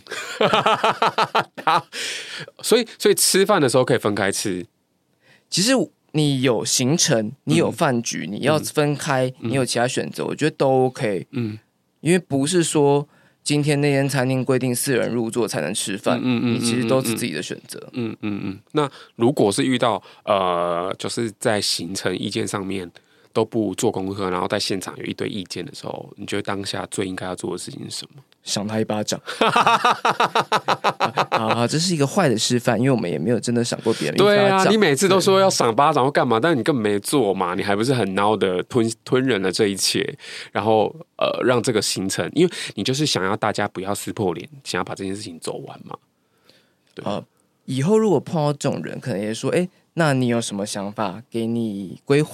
所以所以吃饭的时候可以分开吃。
其实你有行程，你有饭局，嗯、你要分开，嗯、你有其他选择，我觉得都 OK， 嗯，因为不是说。今天那间餐厅规定四人入座才能吃饭，嗯嗯嗯、你其实都是自己的选择。
嗯嗯嗯。那如果是遇到呃，就是在行程意见上面都不做功课，然后在现场有一堆意见的时候，你觉得当下最应该要做的事情是什么？
赏他一巴掌。啊，这是一个坏的示范，因为我们也没有真的赏过别人一巴掌。
对啊，你每次都说要赏巴掌或干嘛，但你根本没做嘛，你还不是很孬的吞吞忍了这一切，然后呃让这个行程，因为你就是想要大家不要撕破脸，想要把这件事情走完嘛。对啊、呃，
以后如果碰到这种人，可能也说，哎，那你有什么想法？给你规划。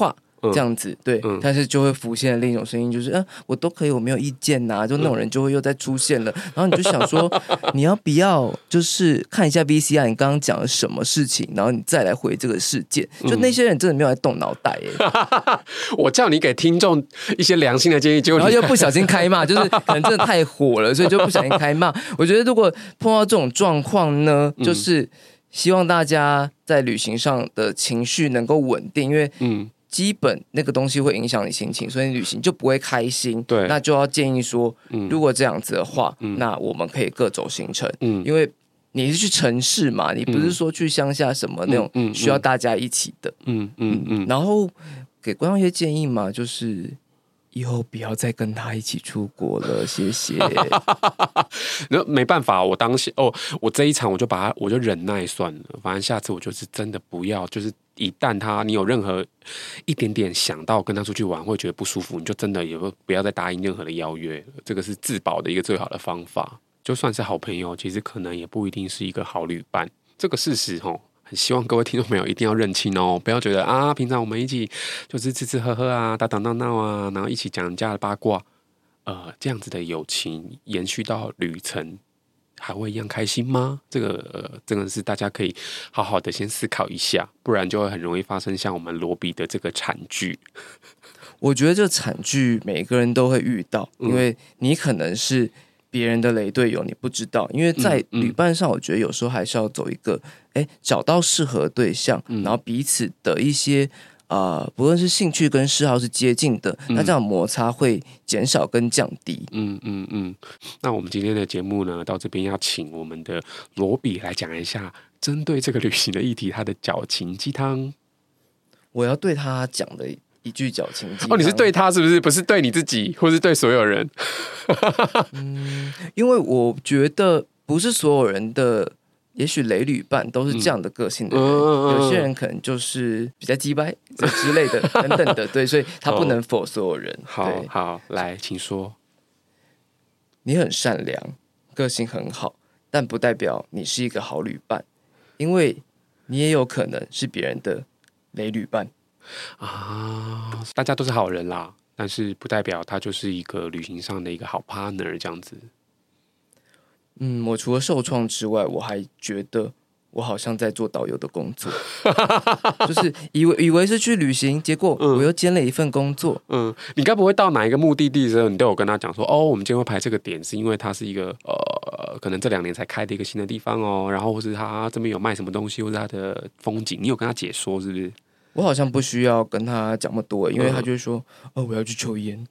这样子，对，嗯、但是就会浮现另一种声音，就是啊，我都可以，我没有意见呐、啊，就那种人就会又再出现了，然后你就想说，你要不要就是看一下 V C R， 你刚刚讲了什么事情，然后你再来回这个事件，就那些人真的没有在动脑袋耶。
我叫你给听众一些良心的建议，结果
然后又不小心开骂，就是可能真的太火了，所以就不小心开骂。我觉得如果碰到这种状况呢，就是希望大家在旅行上的情绪能够稳定，因为嗯。基本那个东西会影响你心情，所以你旅行就不会开心。对，那就要建议说，嗯、如果这样子的话，嗯、那我们可以各走行程。嗯，因为你是去城市嘛，你不是说去乡下什么那种需要大家一起的。嗯嗯嗯。然后给观众一些建议嘛，就是以后不要再跟他一起出国了，谢谢。
那没办法，我当时哦，我这一场我就把他，我就忍耐算了，反正下次我就是真的不要，就是。一旦他你有任何一点点想到跟他出去玩会觉得不舒服，你就真的也不要再答应任何的邀约，这个是自保的一个最好的方法。就算是好朋友，其实可能也不一定是一个好旅伴，这个事实齁，很希望各位听众朋友一定要认清哦，不要觉得啊，平常我们一起就是吃吃喝喝啊，打打闹闹啊，然后一起讲人家的八卦，呃，这样子的友情延续到旅程。还会一样开心吗？这个、呃、真的是大家可以好好的先思考一下，不然就会很容易发生像我们罗比的这个惨剧。
我觉得这惨剧每个人都会遇到，嗯、因为你可能是别人的雷队友，你不知道。因为在旅伴上，我觉得有时候还是要走一个，哎，找到适合对象，嗯、然后彼此的一些。呃，不论是兴趣跟嗜好是接近的，嗯、那这样摩擦会减少跟降低。
嗯嗯嗯。那我们今天的节目呢，到这边要请我们的罗比来讲一下，针对这个旅行的议题，他的矫情鸡汤。
我要对他讲的一句矫情鸡汤。
哦，你是对他是不是？不是对你自己，或是对所有人？
嗯，因为我觉得不是所有人的。也许雷旅伴都是这样的个性的人，嗯、有些人可能就是比较鸡掰之类的等等的，对，所以他不能否所有人。
好好，来，请说。
你很善良，个性很好，但不代表你是一个好旅伴，因为你也有可能是别人的雷旅伴
啊。大家都是好人啦，但是不代表他就是一个旅行上的一个好 partner 这样子。
嗯，我除了受创之外，我还觉得我好像在做导游的工作，就是以为以为是去旅行，结果我又兼了一份工作。
嗯，嗯你该不会到哪一个目的地的时候，你都有跟他讲说，哦，我们今天会排这个点，是因为它是一个呃，可能这两年才开的一个新的地方哦，然后或是他这边有卖什么东西，或是他的风景，你有跟他解说是不是？
我好像不需要跟他讲那么多，因为他就会说，哦，我要去抽烟。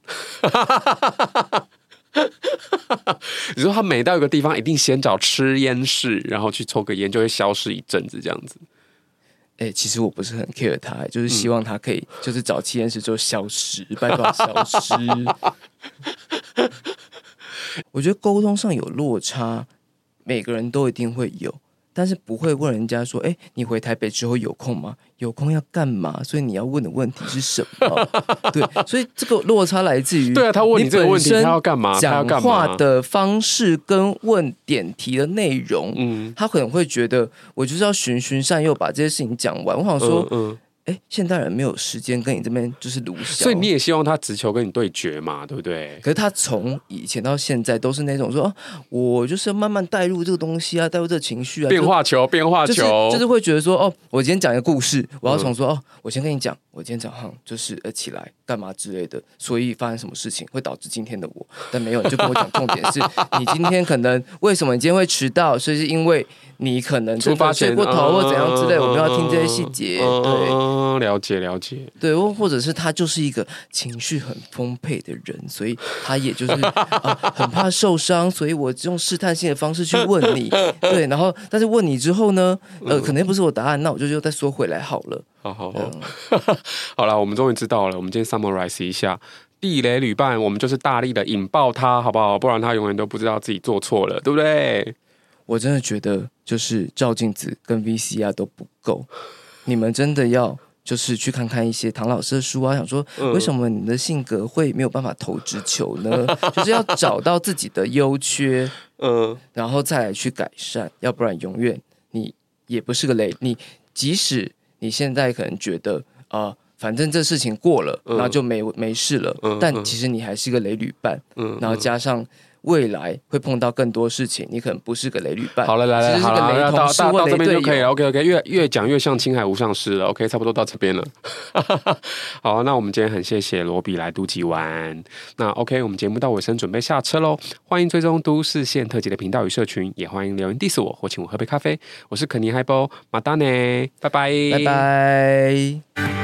你说他每到一个地方，一定先找吃烟室，然后去抽个烟，就会消失一阵子这样子。
哎、欸，其实我不是很 care 他，就是希望他可以，就是找吸烟室就消失，拜托消失。我觉得沟通上有落差，每个人都一定会有。但是不会问人家说，哎、欸，你回台北之后有空吗？有空要干嘛？所以你要问的问题是什么？对，所以这个落差来自于，
对啊，他问你这个问题，他要干嘛？
讲话的方式跟问点题的内容，嗯，他可能会觉得我就是要循循善诱把这些事情讲完。我想说，嗯。嗯哎，现代人没有时间跟你这边就是鲁小，
所以你也希望他直球跟你对决嘛，对不对？
可是他从以前到现在都是那种说，哦、我就是要慢慢带入这个东西啊，带入这个情绪啊，
变化球，变化球，
就是、就是会觉得说，哦，我今天讲一个故事，我要从说，嗯、哦，我先跟你讲，我今天早上就是呃起来干嘛之类的，所以发生什么事情会导致今天的我，但没有，你就跟我讲重点是，你今天可能为什么你今天会迟到，所以是因为你可能
出发前
睡过头或怎样之类，我们要听这些细节，
对，了解了解。了解
对，或者是他就是一个情绪很丰沛的人，所以他也就是、呃、很怕受伤，所以我用试探性的方式去问你，对，然后但是问你之后呢，呃，可能不是我答案，那我就又再缩回来好了。
好好好，嗯、好了，我们终于知道了，我们今天 summarize 一下。地雷旅伴，我们就是大力的引爆他，好不好？不然他永远都不知道自己做错了，对不对？
我真的觉得，就是照镜子跟 V C R 都不够，你们真的要。就是去看看一些唐老师的书啊，想说为什么你的性格会没有办法投直球呢？就是要找到自己的优缺，嗯，然后再来去改善，要不然永远你也不是个雷。你即使你现在可能觉得啊、呃， 反正这事情过了，然后就没没事了。嗯、但其实你还是个雷旅伴，嗯、然后加上未来会碰到更多事情，你可能不是个雷旅伴。
好了，来来，好了，到到到这边就可以了。OK OK， 越越讲越像青海无上师了。OK， 差不多到这边了。好，那我们今天很谢谢罗比来都吉玩。那 OK， 我们节目到尾声，准备下车喽。欢迎追踪都市线特辑的频道与社群，也欢迎留言 diss 我或请我喝杯咖啡。我是肯尼嗨波马达内，拜拜，
拜拜。